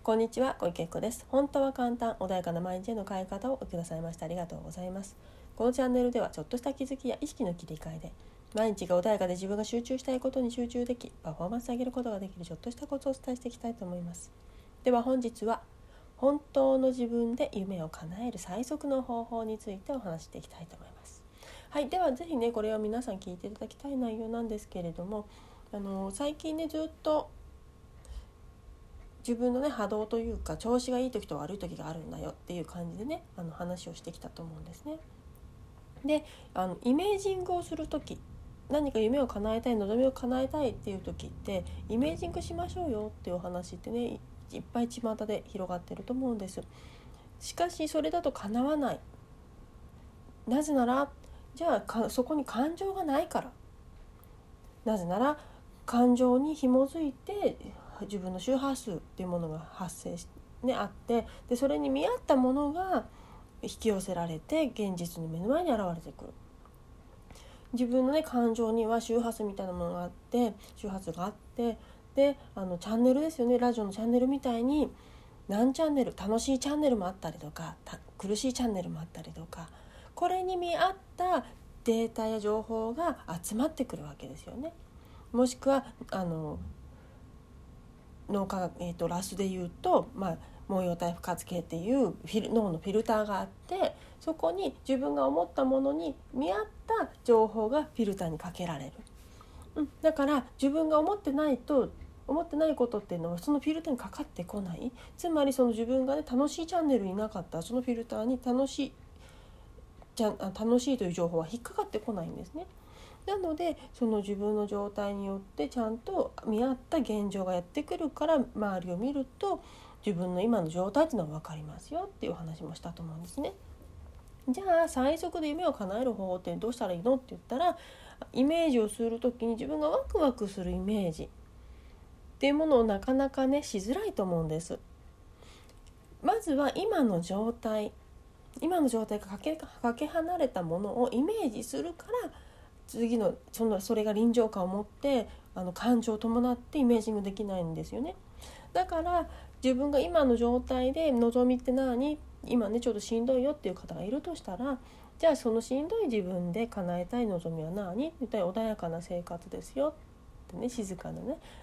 こんにちは、小池子です。本当は簡単、穏やかな毎日への変え方をくださいましてありがとうございます。このチャンネルではちょっとした気づきや意識の切り替えで毎日が穏やかで自分が集中したいことに集中できパフォーマンスを上げることができるちょっとしたコツをお伝えしていきたいと思います。では本日は本当の自分で夢を叶える最速の方法についてお話していきたいと思います。はい、ではぜひねこれを皆さん聞いていただきたい内容なんですけれども、最近ねずっと自分の波動というか調子がいい時と悪い時があるんだよっていう感じでね話をしてきたと思うんですね。でイメージングをする時、何か夢を叶えたい、望みを叶えたいっていう時ってイメージングしましょうよっていうお話ってねいっぱい巷で広がってると思うんです。しかしそれだと叶わない。なぜならじゃあそこに感情がないから。なぜなら感情に紐づいて自分の周波数っていうものが発生し、あって、でそれに見合ったものが引き寄せられて現実の目の前に現れてくる。自分の感情には周波数みたいなものがあって、周波数があって、でチャンネルですよね。ラジオのチャンネルみたいに何チャンネル、楽しいチャンネルもあったりとか苦しいチャンネルもあったりとか、これに見合ったデータや情報が集まってくるわけですよね。もしくは脳科学、ラスで言うと、毛様体不活系っていう脳のフィルターがあって、そこに自分が思ったものに見合った情報がフィルターにかけられる、だから自分が思ってないことっていうのはそのフィルターにかかってこない。つまりその自分が楽しいチャンネルになかったらそのフィルターに楽しいという情報は引っかかってこないんですね。なのでその自分の状態によってちゃんと見合った現状がやってくるから、周りを見ると自分の今の状態っていうのが分かりますよっていう話もしたと思うんですね。じゃあ最速で夢を叶える方法ってどうしたらいいのって言ったら、イメージをするときに自分がワクワクするイメージっていうものをなかなかしづらいと思うんです。まずは今の状態がかけ離れたものをイメージするから、次のそれが臨場感を持って感情を伴ってイメージングできないんですよね。だから自分が今の状態で望みって何、今ちょっとしんどいよっていう方がいるとしたら、じゃあそのしんどい自分で叶えたい望みは何って言ったら、穏やかな生活ですよって静かな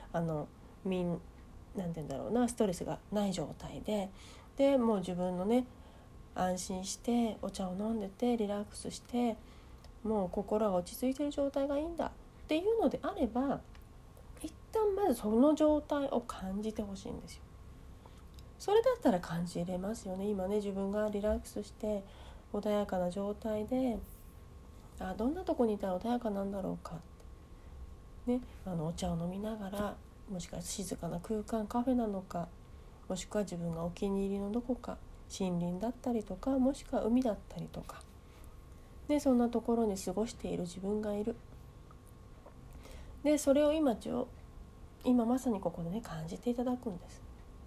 なんて言うんだろうな、ストレスがない状態でもう自分の安心してお茶を飲んでてリラックスしてもう心が落ち着いている状態がいいんだっていうのであれば、一旦まずその状態を感じてほしいんですよ。それだったら感じれますよね。今自分がリラックスして穏やかな状態で、どんなとこにいたら穏やかなんだろうかってお茶を飲みながら、もしくは静かな空間、カフェなのか、もしくは自分がお気に入りのどこか森林だったりとか、もしくは海だったりとかで、そんなところに過ごしている自分がいる。でそれを今まさにここで感じていただくんです。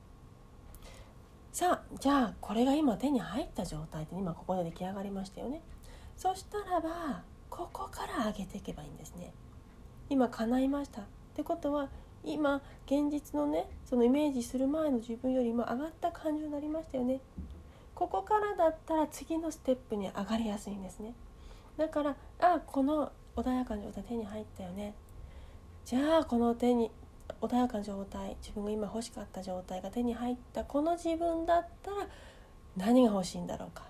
さあじゃあこれが今手に入った状態で今ここで出来上がりましたよね。そしたらばここから上げていけばいいんですね。今叶いましたってことは、今現実のそのイメージする前の自分よりも上がった感情になりましたよね。ここからだったら次のステップに上がりやすいんですね。だからこの穏やかな状態手に入ったよね。じゃあこの穏やかな状態、自分が今欲しかった状態が手に入ったこの自分だったら何が欲しいんだろうか。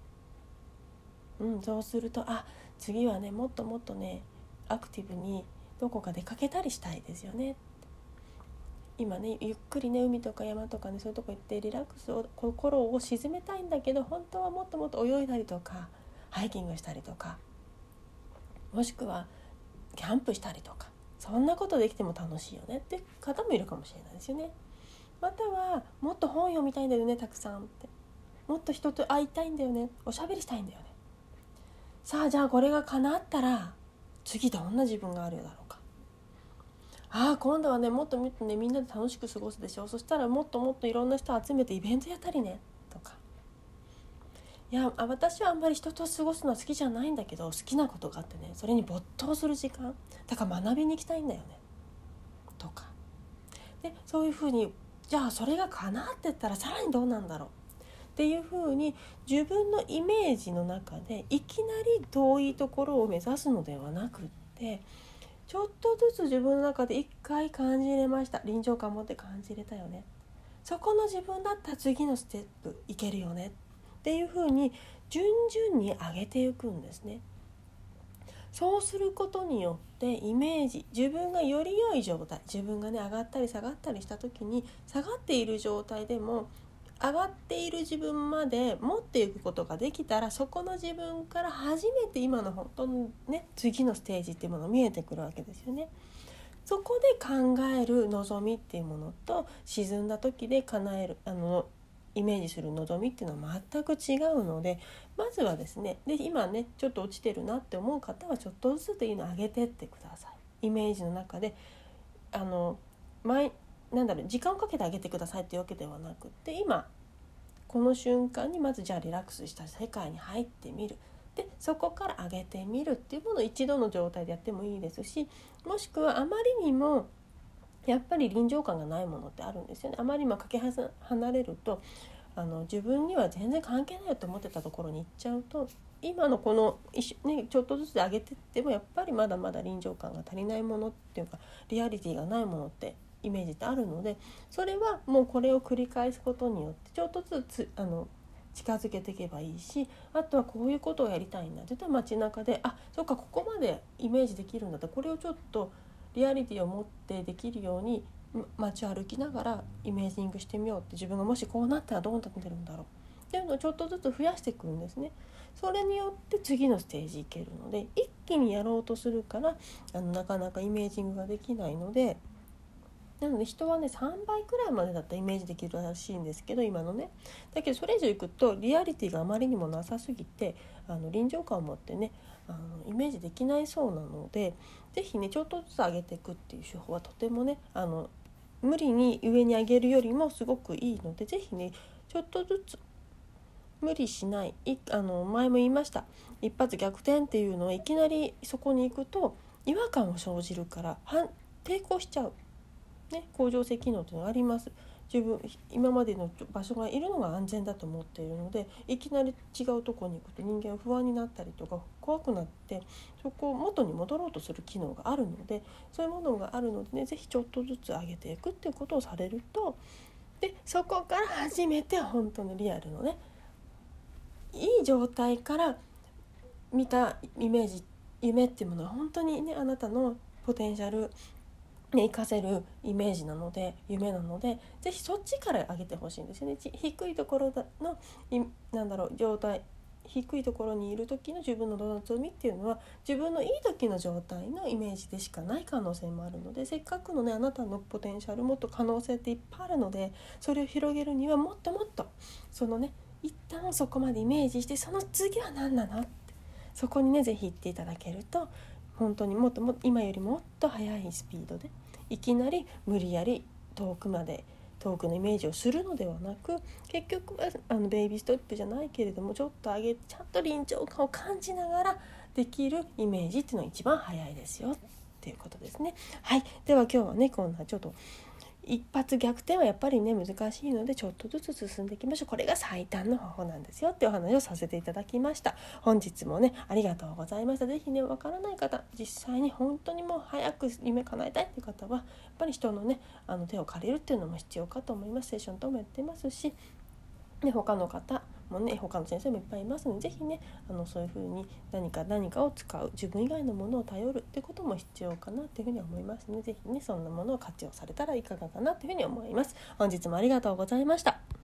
そうすると次はもっともっとアクティブにどこか出かけたりしたいですよね。今ゆっくり海とか山とかそういうとこ行ってリラックスを心を沈めたいんだけど、本当はもっともっと泳いだりとかハイキングしたりとか、もしくはキャンプしたりとか、そんなことできても楽しいよねって方もいるかもしれないですよね。またはもっと本読みたいんだよね、たくさんって、もっと人と会いたいんだよね、おしゃべりしたいんだよね。さあじゃあこれが叶ったら次どんな自分があるだろうか。今度はもっともっとみんなで楽しく過ごすでしょ。そしたらもっともっといろんな人集めてイベントやったりねとか、私はあんまり人と過ごすのは好きじゃないんだけど、好きなことがあってそれに没頭する時間だから学びに行きたいんだよねとかで、そういうふうにじゃあそれが叶ってったらさらにどうなんだろうっていうふうに自分のイメージの中でいきなり遠いところを目指すのではなくって、ちょっとずつ自分の中で一回感じれました、臨場感を持って感じれたよね、そこの自分だったら次のステップいけるよねっていうふうに順々に上げていくんですね。そうすることによってイメージ、自分がより良い状態、自分がね上がったり下がったりした時に下がっている状態でも上がっている自分まで持っていくことができたら、そこの自分から初めて今の本当のね次のステージっていうものが見えてくるわけですよね。そこで考える望みっていうものと沈んだ時で叶えるイメージする望みっていうのは全く違うので、まずはですね、で今ねちょっと落ちてるなって思う方はちょっとずつでいいの上げてってください。イメージの中で時間をかけてあげてくださいっていうわけではなくって、今この瞬間にまずじゃあリラックスした世界に入ってみる、でそこから上げてみるっていうものを一度の状態でやってもいいですし、もしくはあまりにもやっぱり臨場感がないものってあるんですよね。あまりかけ離れると自分には全然関係ないよと思ってたところに行っちゃうと、今のこのちょっとずつ上げてってもやっぱりまだまだ臨場感が足りないものっていうかリアリティがないものってイメージってあるので、それはもうこれを繰り返すことによってちょっとずつ近づけていけばいいし、あとはこういうことをやりたいんだって言ったら街中でそうかここまでイメージできるんだったらこれをちょっとリアリティを持ってできるように街を歩きながらイメージングしてみようって、自分がもしこうなったらどうなってるんだろうっていうのをちょっとずつ増やしていくんですね。それによって次のステージいけるので、一気にやろうとするからなかなかイメージングができないので、なので人はね3倍くらいまでだったらイメージできるらしいんですけど、今のねだけどそれ以上いくとリアリティがあまりにもなさすぎて臨場感を持ってねイメージできないそうなので、ぜひねちょっとずつ上げていくっていう手法はとてもね無理に上に上げるよりもすごくいいので、ぜひねちょっとずつ無理しない、前も言いました、一発逆転っていうのはいきなりそこに行くと違和感を生じるから抵抗しちゃう恒常性機能というのがあります。自分今までの場所がいるのが安全だと思っているので、いきなり違うところに行くと人間は不安になったりとか怖くなってそこを元に戻ろうとする機能があるので、そういうものがあるのでね、ぜひちょっとずつ上げていくっていうことをされると、でそこから初めて本当のリアルのねいい状態から見たイメージ夢っていうものは本当にねあなたのポテンシャル活かせるイメージなので夢なので、ぜひそっちから上げてほしいんですよね。低いところの状態、低いところにいる時の自分の望みっていうのは自分のいい時の状態のイメージでしかない可能性もあるので、せっかくのねあなたのポテンシャルもっと可能性っていっぱいあるので、それを広げるにはもっともっとそのね一旦そこまでイメージして、その次は何なのってそこにねぜひ行っていただけると、本当にもっと今よりもっと速いスピードでいきなり無理やり遠くのイメージをするのではなく、結局はベイビーステップじゃないけれどもちょっと上げちゃんと臨場感を感じながらできるイメージっていうのが一番早いですよっていうことですね。はい、では今日はねこんなちょっと一発逆転はやっぱりね難しいのでちょっとずつ進んでいきましょう。これが最短の方法なんですよってお話をさせていただきました。本日もねありがとうございました。ぜひねわからない方、実際に本当にもう早く夢叶えたいっていう方はやっぱり人のね手を借りるっていうのも必要かと思います。セッション等もやってますし、ね、他の方もね他の先生もいっぱいいますので、ぜひねそういう風に何かを使う、自分以外のものを頼るってことも必要かなっていう風に思いますので、ぜひねそんなものを活用されたらいかがかなっていう風に思います。本日もありがとうございました。